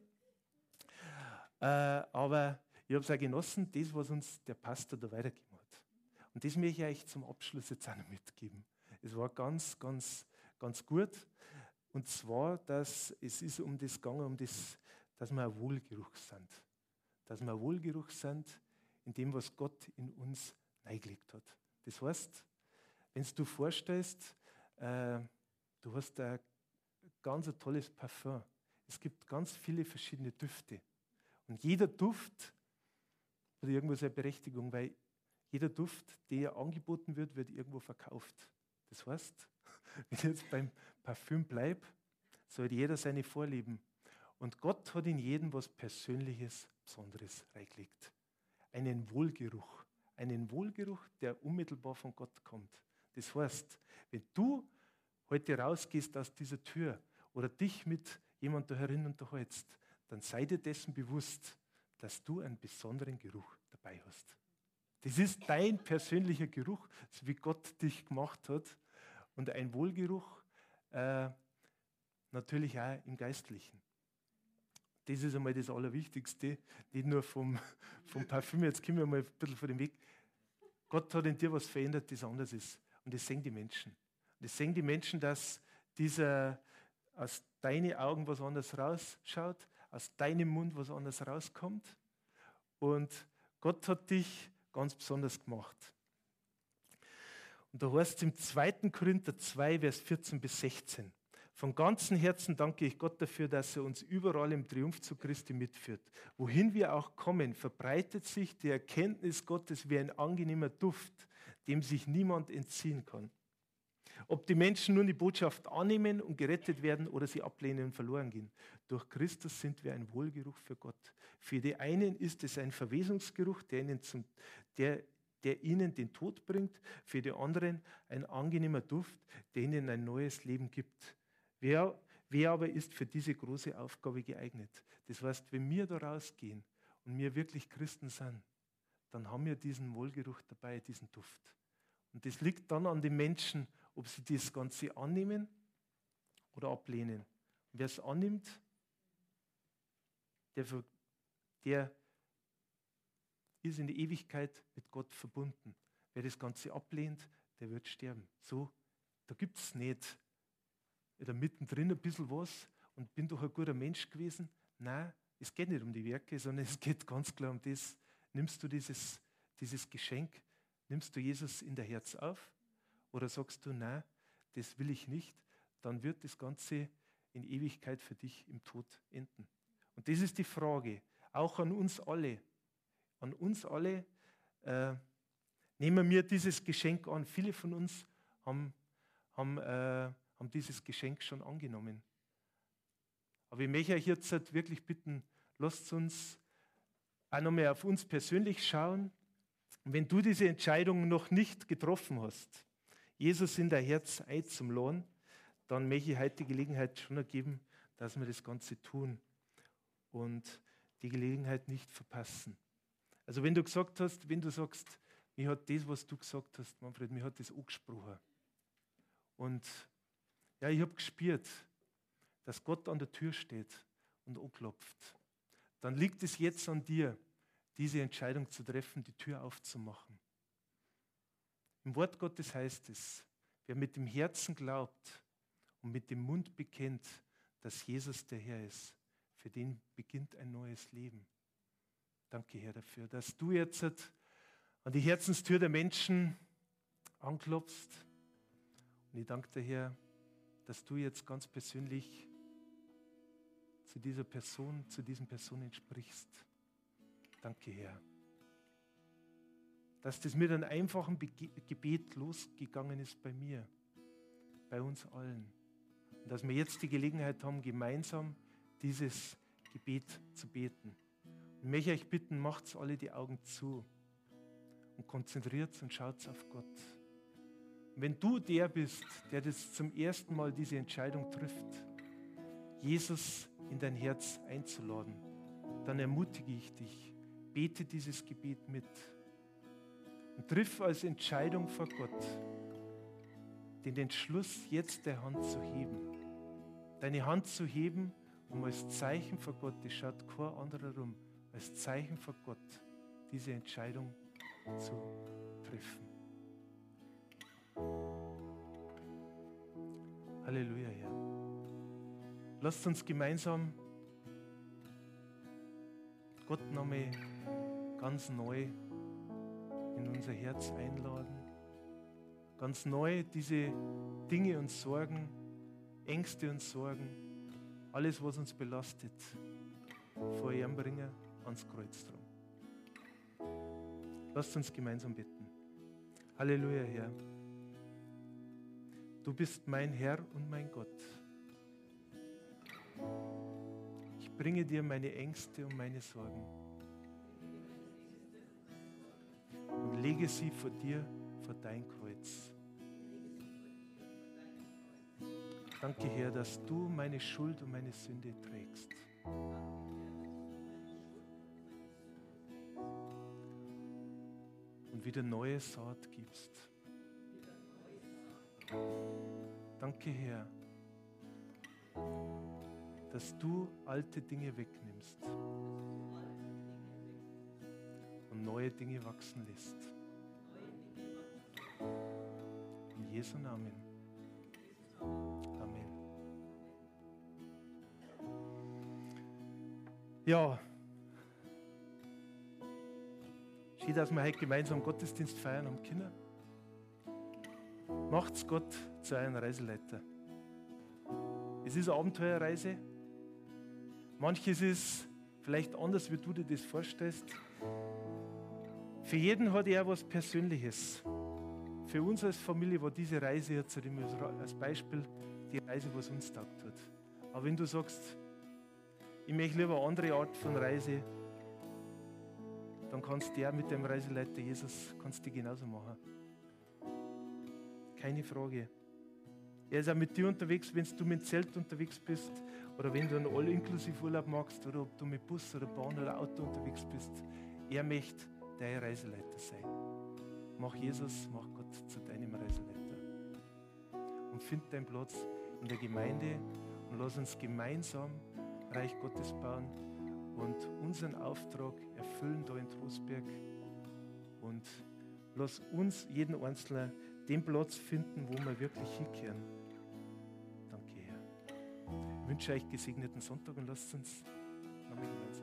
Äh, aber ich habe es auch genossen, das, was uns der Pastor da weitergegeben hat. Und das möchte ich euch zum Abschluss jetzt auch noch mitgeben. Es war ganz, ganz, ganz gut. Und zwar, dass es ist um das gegangen, um das, dass wir ein Wohlgeruch sind. Dass wir ein Wohlgeruch sind in dem, was Gott in uns reingelegt hat. Das heißt, wenn du dir vorstellst, äh, du hast ein ganz ein tolles Parfum. Es gibt ganz viele verschiedene Düfte. Und jeder Duft hat irgendwo seine Berechtigung, weil jeder Duft, der angeboten wird, wird irgendwo verkauft. Das heißt, wenn ich jetzt beim Parfüm bleibe, soll jeder seine Vorlieben. Und Gott hat in jedem was Persönliches, Besonderes reingelegt. Einen Wohlgeruch. Einen Wohlgeruch, der unmittelbar von Gott kommt. Das heißt, wenn du heute rausgehst aus dieser Tür oder dich mit jemandem da herin unterhältst, dann sei dir dessen bewusst, dass du einen besonderen Geruch dabei hast. Das ist dein persönlicher Geruch, so wie Gott dich gemacht hat. Und ein Wohlgeruch äh, natürlich auch im Geistlichen. Das ist einmal das Allerwichtigste, nicht nur vom, vom Parfüm. Jetzt kommen wir mal ein bisschen von dem Weg. Gott hat in dir was verändert, das anders ist. Und das sehen die Menschen. Und das sehen die Menschen, dass dieser, aus deinen Augen was anders rausschaut, aus deinem Mund was anders rauskommt. Und Gott hat dich ganz besonders gemacht. Und da heißt es im zweiten Korinther zwei, Vers vierzehn bis sechzehn. Von ganzem Herzen danke ich Gott dafür, dass er uns überall im Triumphzug Christi mitführt. Wohin wir auch kommen, verbreitet sich die Erkenntnis Gottes wie ein angenehmer Duft, dem sich niemand entziehen kann. Ob die Menschen nun die Botschaft annehmen und gerettet werden oder sie ablehnen und verloren gehen. Durch Christus sind wir ein Wohlgeruch für Gott. Für die einen ist es ein Verwesungsgeruch, der ihnen, zum, der, der ihnen den Tod bringt. Für die anderen ein angenehmer Duft, der ihnen ein neues Leben gibt. Wer, wer aber ist für diese große Aufgabe geeignet? Das heißt, wenn wir da rausgehen und wir wirklich Christen sind, dann haben wir diesen Wohlgeruch dabei, diesen Duft. Und das liegt dann an den Menschen, ob sie das Ganze annehmen oder ablehnen. Und wer es annimmt, der, der ist in der Ewigkeit mit Gott verbunden. Wer das Ganze ablehnt, der wird sterben. So, da gibt es nicht oder mittendrin ein bisschen was und bin doch ein guter Mensch gewesen. Nein, es geht nicht um die Werke, sondern es geht ganz klar um das. Nimmst du dieses, dieses Geschenk, nimmst du Jesus in dein Herz auf oder sagst du, nein, das will ich nicht, dann wird das Ganze in Ewigkeit für dich im Tod enden. Und das ist die Frage, auch an uns alle. An uns alle äh, nehmen wir dieses Geschenk an. Viele von uns haben, haben, äh, haben dieses Geschenk schon angenommen. Aber ich möchte euch jetzt halt wirklich bitten, lasst uns auch nochmal auf uns persönlich schauen. Und wenn du diese Entscheidung noch nicht getroffen hast, Jesus in dein Herz einzuladen, dann möchte ich heute die Gelegenheit schon ergeben, dass wir das Ganze tun und die Gelegenheit nicht verpassen. Also wenn du gesagt hast, wenn du sagst, mir hat das, was du gesagt hast, Manfred, mir hat das angesprochen. Und ja, ich habe gespürt, dass Gott an der Tür steht und anklopft. Dann liegt es jetzt an dir, diese Entscheidung zu treffen, die Tür aufzumachen. Im Wort Gottes heißt es, wer mit dem Herzen glaubt und mit dem Mund bekennt, dass Jesus der Herr ist. Für den beginnt ein neues Leben. Danke, Herr, dafür, dass du jetzt an die Herzenstür der Menschen anklopfst. Und ich danke dir, Herr, dass du jetzt ganz persönlich zu dieser Person, zu diesen Personen sprichst. Danke, Herr. Dass das mit einem einfachen Gebet losgegangen ist bei mir, bei uns allen. Und dass wir jetzt die Gelegenheit haben, gemeinsam dieses Gebet zu beten. Und ich möchte euch bitten, macht alle die Augen zu und konzentriert und schaut auf Gott. Und wenn du der bist, der das zum ersten Mal diese Entscheidung trifft, Jesus in dein Herz einzuladen, dann ermutige ich dich, bete dieses Gebet mit und triff als Entscheidung vor Gott den Entschluss, jetzt der Hand zu heben. Deine Hand zu heben, um als Zeichen vor Gott, das schaut kein anderer rum, als Zeichen vor Gott diese Entscheidung zu treffen. Halleluja, Herr. Lasst uns gemeinsam Gott nochmal ganz neu in unser Herz einladen. Ganz neu diese Dinge und Sorgen, Ängste und Sorgen, alles, was uns belastet, vor ihm bringen, ans Kreuz tragen. Lasst uns gemeinsam bitten. Halleluja, Herr. Du bist mein Herr und mein Gott. Ich bringe dir meine Ängste und meine Sorgen und lege sie vor dir, vor dein Kreuz. Danke, Herr, dass du meine Schuld und meine Sünde trägst. Und wieder neue Saat gibst. Danke, Herr, dass du alte Dinge wegnimmst und neue Dinge wachsen lässt. In Jesu Namen. Amen. Ja, schön, dass wir heute gemeinsam Gottesdienst feiern haben können. Macht's Gott zu einem Reiseleiter. Es ist eine Abenteuerreise. Manches ist vielleicht anders, wie du dir das vorstellst. Für jeden hat er was Persönliches. Für uns als Familie war diese Reise jetzt als Beispiel die Reise, was uns taugt hat. Aber wenn du sagst, ich möchte lieber eine andere Art von Reise, dann kannst du ja mit dem Reiseleiter Jesus kannst du genauso machen. Keine Frage. Er ist auch mit dir unterwegs, wenn du mit dem Zelt unterwegs bist oder wenn du einen All-Inklusiv-Urlaub machst oder ob du mit Bus oder Bahn oder Auto unterwegs bist. Er möchte dein Reiseleiter sein. Mach Jesus, mach Gott zu deinem Reiseleiter. Und find deinen Platz in der Gemeinde und lass uns gemeinsam Reich Gottes bauen und unseren Auftrag erfüllen da in Trostberg. Und lass uns, jeden Einzelnen, den Platz finden, wo wir wirklich hinkehren. Danke, Herr. Ich wünsche euch gesegneten Sonntag und lasst uns nochmal gemeinsam.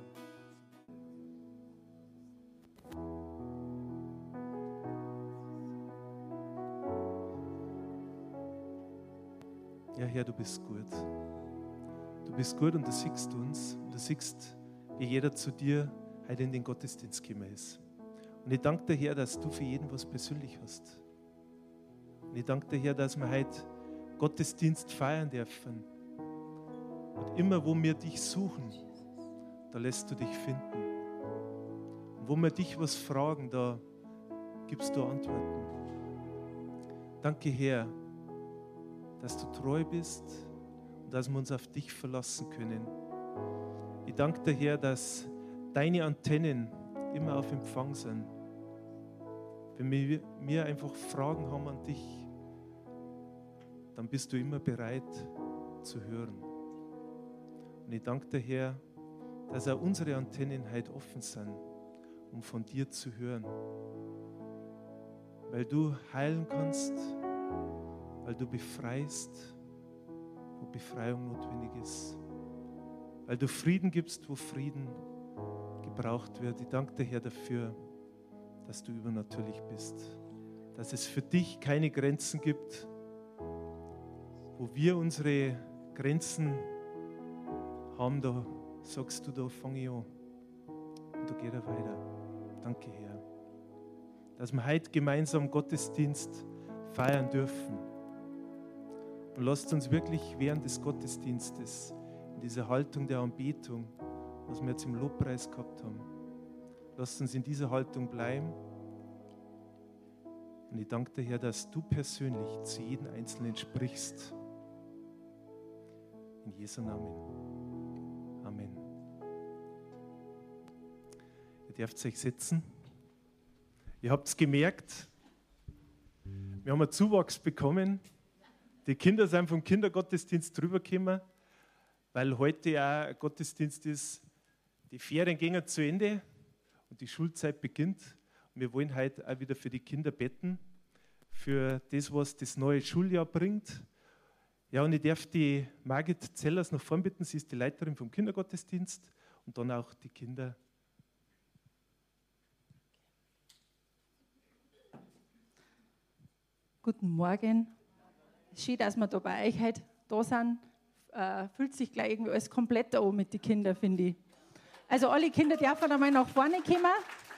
Ja, Herr, du bist gut. Du bist gut und du siehst uns. Und du siehst, wie jeder zu dir heute in den Gottesdienst gekommen ist. Und ich danke dir, Herr, dass du für jeden was persönlich hast. Und ich danke dir, Herr, dass wir heute Gottesdienst feiern dürfen. Und immer, wo wir dich suchen, da lässt du dich finden. Und wo wir dich was fragen, da gibst du Antworten. Danke, Herr, dass du treu bist und dass wir uns auf dich verlassen können. Ich danke dir, Herr, dass deine Antennen immer auf Empfang sind. Wenn wir, wir einfach Fragen haben an dich, dann bist du immer bereit zu hören. Und ich danke dir, Herr, dass auch unsere Antennen heute offen sind, um von dir zu hören. Weil du heilen kannst, weil du befreist wo Befreiung notwendig ist. Weil du Frieden gibst, wo Frieden gebraucht wird. Ich danke dir, Herr, dafür, dass du übernatürlich bist. Dass es für dich keine Grenzen gibt, wo wir unsere Grenzen haben, da sagst du, da fange ich an. Und da geht er weiter. Danke, Herr. Dass wir heute gemeinsam Gottesdienst feiern dürfen. Und lasst uns wirklich während des Gottesdienstes in dieser Haltung der Anbetung, was wir jetzt im Lobpreis gehabt haben, lasst uns in dieser Haltung bleiben. Und ich danke dir, Herr, dass du persönlich zu jedem Einzelnen sprichst. In Jesu Namen. Amen. Ihr dürft euch setzen. Ihr habt es gemerkt, wir haben einen Zuwachs bekommen. Die Kinder sind vom Kindergottesdienst drübergekommen, weil heute ja ein Gottesdienst ist. Die Ferien gehen zu Ende und die Schulzeit beginnt. Und wir wollen heute auch wieder für die Kinder beten, für das, was das neue Schuljahr bringt. Ja, und ich darf die Margit Zellers nach vorn bitten. Sie ist die Leiterin vom Kindergottesdienst und dann auch die Kinder. Guten Morgen. Schön, dass wir da bei euch heute da sind. Äh, fühlt sich gleich irgendwie alles komplett an mit den Kindern, finde ich. Also alle Kinder dürfen einmal nach vorne kommen.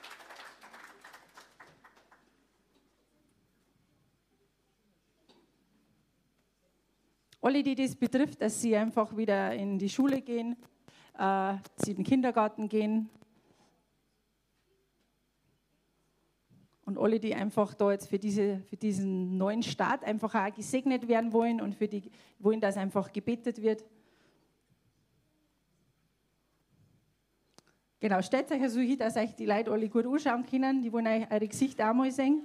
Alle, die das betrifft, dass sie einfach wieder in die Schule gehen, äh, sie in den Kindergarten gehen. Und alle, die einfach da jetzt für, diese, für diesen neuen Start einfach auch gesegnet werden wollen und für die wollen, dass einfach gebetet wird. Genau, stellt euch so hin, dass euch die Leute alle gut anschauen können. Die wollen euch eure Gesichter auch mal sehen.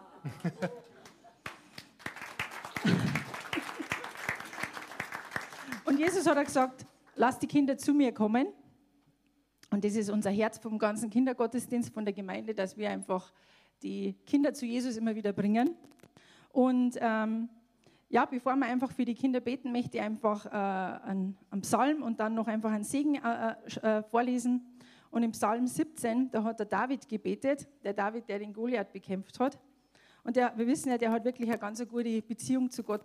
Und Jesus hat gesagt, lasst die Kinder zu mir kommen. Und das ist unser Herz vom ganzen Kindergottesdienst, von der Gemeinde, dass wir einfach die Kinder zu Jesus immer wieder bringen. Und ähm, ja, bevor wir einfach für die Kinder beten, möchte ich einfach äh, einen, einen Psalm und dann noch einfach einen Segen äh, äh, vorlesen. Und im Psalm siebzehn, da hat der David gebetet, der David, der den Goliath bekämpft hat. Und der, wir wissen ja, der hat wirklich eine ganz gute Beziehung zu Gott.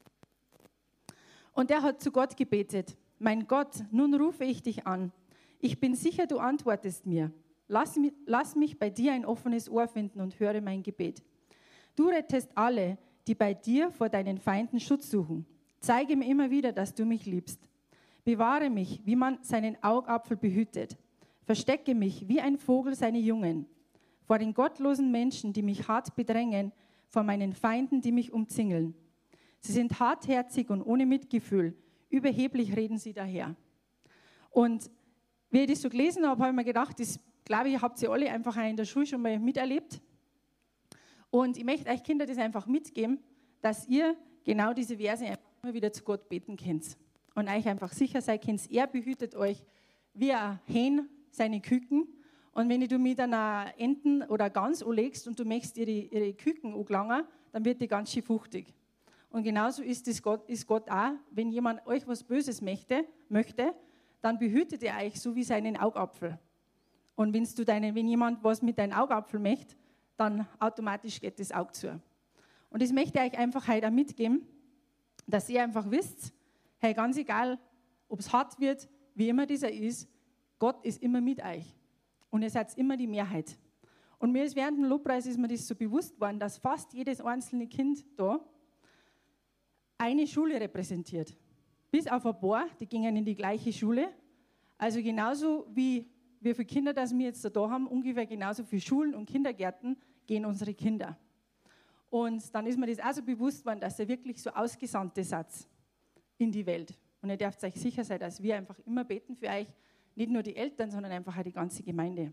Und der hat zu Gott gebetet, mein Gott, nun rufe ich dich an. Ich bin sicher, du antwortest mir. Lass mich, lass mich bei dir ein offenes Ohr finden und höre mein Gebet. Du rettest alle, die bei dir vor deinen Feinden Schutz suchen. Zeige mir immer wieder, dass du mich liebst. Bewahre mich, wie man seinen Augapfel behütet. Verstecke mich, wie ein Vogel seine Jungen. Vor den gottlosen Menschen, die mich hart bedrängen, vor meinen Feinden, die mich umzingeln. Sie sind hartherzig und ohne Mitgefühl. Überheblich reden sie daher. Und wie ich das so gelesen habe, habe ich mir gedacht, das glaube ich, habt ihr alle einfach in der Schule schon mal miterlebt. Und ich möchte euch Kinder das einfach mitgeben, dass ihr genau diese Verse einfach immer wieder zu Gott beten könnt. Und euch einfach sicher sein könnt, er behütet euch wie ein Hähn seine Küken. Und wenn du mit einer Enten oder Gans anlegst und du möchtest ihre, ihre Küken angelangen, dann wird die ganz schön fruchtig. Und genauso ist, das Gott, ist Gott auch, wenn jemand euch was Böses möchte, möchte, dann behütet er euch so wie seinen Augapfel. Und wenn's du deine, wenn jemand was mit deinem Augapfel möchte, dann automatisch geht das Auge zu. Und das möchte ich euch einfach heute auch mitgeben, dass ihr einfach wisst, hey, ganz egal, ob es hart wird, wie immer dieser ist, Gott ist immer mit euch. Und ihr seid immer die Mehrheit. Und mir ist während dem Lobpreis ist mir das so bewusst geworden, dass fast jedes einzelne Kind da eine Schule repräsentiert. Bis auf ein paar, die gingen in die gleiche Schule. Also genauso wie wie viele Kinder, das wir jetzt da haben, ungefähr genauso viele Schulen und Kindergärten gehen unsere Kinder. Und dann ist mir das auch so bewusst worden, dass er wirklich so ausgesandte Satz in die Welt. Und ihr dürft euch sicher sein, dass wir einfach immer beten für euch, nicht nur die Eltern, sondern einfach auch die ganze Gemeinde.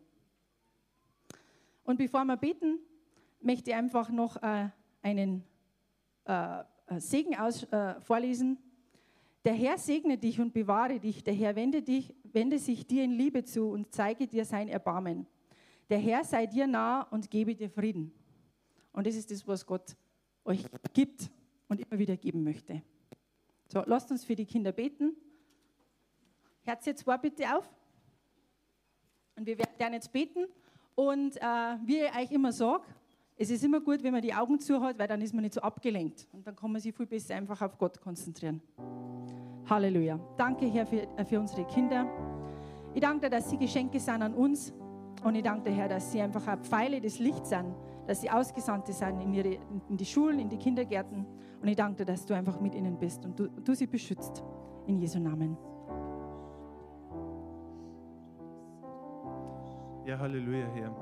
Und bevor wir beten, möchte ich einfach noch äh, einen äh, Segen aus, äh, vorlesen. Der Herr segne dich und bewahre dich. Der Herr wende, dich, wende sich dir in Liebe zu und zeige dir sein Erbarmen. Der Herr sei dir nah und gebe dir Frieden. Und das ist das, was Gott euch gibt und immer wieder geben möchte. So, lasst uns für die Kinder beten. Herz jetzt zwei bitte auf. Und wir werden jetzt beten. Und äh, wie ich euch immer sage, es ist immer gut, wenn man die Augen zuhält, weil dann ist man nicht so abgelenkt. Und dann kann man sich viel besser einfach auf Gott konzentrieren. Halleluja. Danke, Herr, für, äh, für unsere Kinder. Ich danke dir, dass sie Geschenke sind an uns. Und ich danke dir, Herr, dass sie einfach auch Pfeile des Lichts sind, dass sie Ausgesandte sind in, ihre, in die Schulen, in die Kindergärten. Und ich danke dir, dass du einfach mit ihnen bist und du, du sie beschützt. In Jesu Namen. Ja, Halleluja, Herr.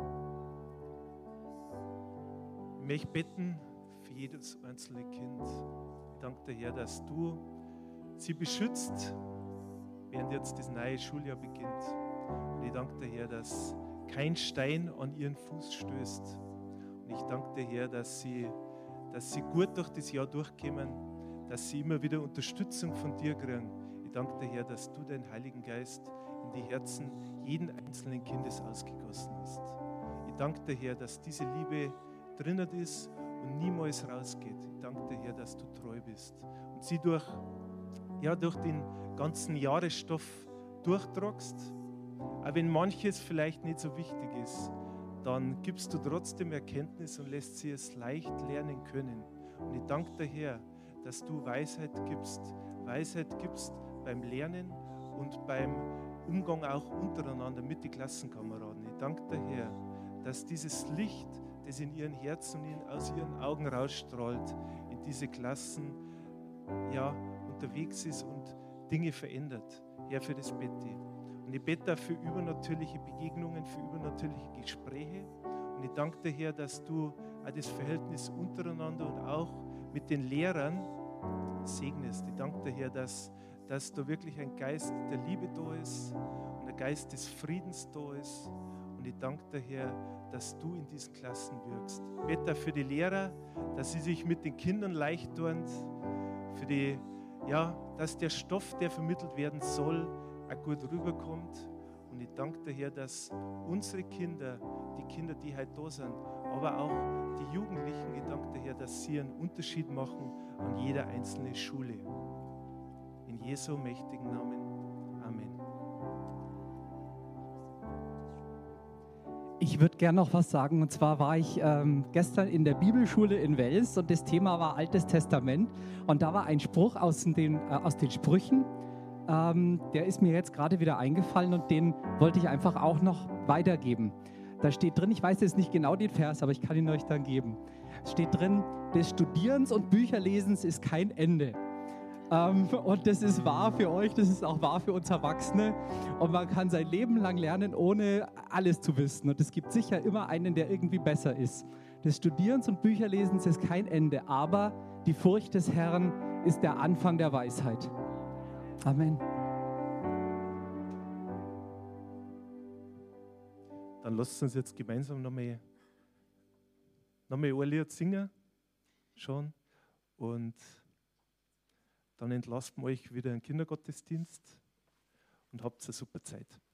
Ich möchte beten für jedes einzelne Kind. Ich danke dir, Herr, dass du sie beschützt, während jetzt das neue Schuljahr beginnt. Und ich danke dir, Herr, dass kein Stein an ihren Fuß stößt. Und ich danke dir, Herr, dass sie, dass sie gut durch das Jahr durchkommen, dass sie immer wieder Unterstützung von dir kriegen. Ich danke dir, Herr, dass du deinen Heiligen Geist in die Herzen jeden einzelnen Kindes ausgegossen hast. Ich danke dir, Herr, dass diese Liebe drinnen ist und niemals rausgeht. Ich danke dir, Herr, dass du treu bist und sie durch, ja, durch den ganzen Jahresstoff durchtragst. Auch wenn manches vielleicht nicht so wichtig ist, dann gibst du trotzdem Erkenntnis und lässt sie es leicht lernen können. Und ich danke dir, Herr, dass du Weisheit gibst. Weisheit gibst beim Lernen und beim Umgang auch untereinander mit den Klassenkameraden. Ich danke dir, Herr, dass dieses Licht, das in ihren Herzen und aus ihren Augen rausstrahlt, in diese Klassen ja, unterwegs ist und Dinge verändert. Herr, für das bete ich. Und ich bete für übernatürliche Begegnungen, für übernatürliche Gespräche. Und ich danke dir, Herr, dass du auch das Verhältnis untereinander und auch mit den Lehrern segnest. Ich danke dir, Herr, dass, dass da wirklich ein Geist der Liebe da ist und ein Geist des Friedens da ist. Und ich danke dir, Herr, dass du in diesen Klassen wirkst. Ich bete für die Lehrer, dass sie sich mit den Kindern leicht tun, für die, ja, dass der Stoff, der vermittelt werden soll, auch gut rüberkommt. Und ich danke dir, Herr, dass unsere Kinder, die Kinder, die heute da sind, aber auch die Jugendlichen, ich danke dir, Herr, dass sie einen Unterschied machen an jeder einzelnen Schule. In Jesu mächtigen Namen. Amen. Ich würde gerne noch was sagen. Und zwar war ich ähm, gestern in der Bibelschule in Wels und das Thema war Altes Testament. Und da war ein Spruch aus den, äh, aus den Sprüchen. Ähm, der ist mir jetzt gerade wieder eingefallen und den wollte ich einfach auch noch weitergeben. Da steht drin, ich weiß jetzt nicht genau den Vers, aber ich kann ihn euch dann geben. Es steht drin, des Studierens und Bücherlesens ist kein Ende. Ähm, und das ist wahr für euch, das ist auch wahr für uns Erwachsene. Und man kann sein Leben lang lernen, ohne alles zu wissen. Und es gibt sicher immer einen, der irgendwie besser ist. Des Studierens und Bücherlesens ist kein Ende, aber die Furcht des Herrn ist der Anfang der Weisheit. Amen. Dann lasst uns jetzt gemeinsam nochmal noch mal ein Lied singen. Schon. Und dann entlassen wir euch wieder in den Kindergottesdienst und habt eine super Zeit.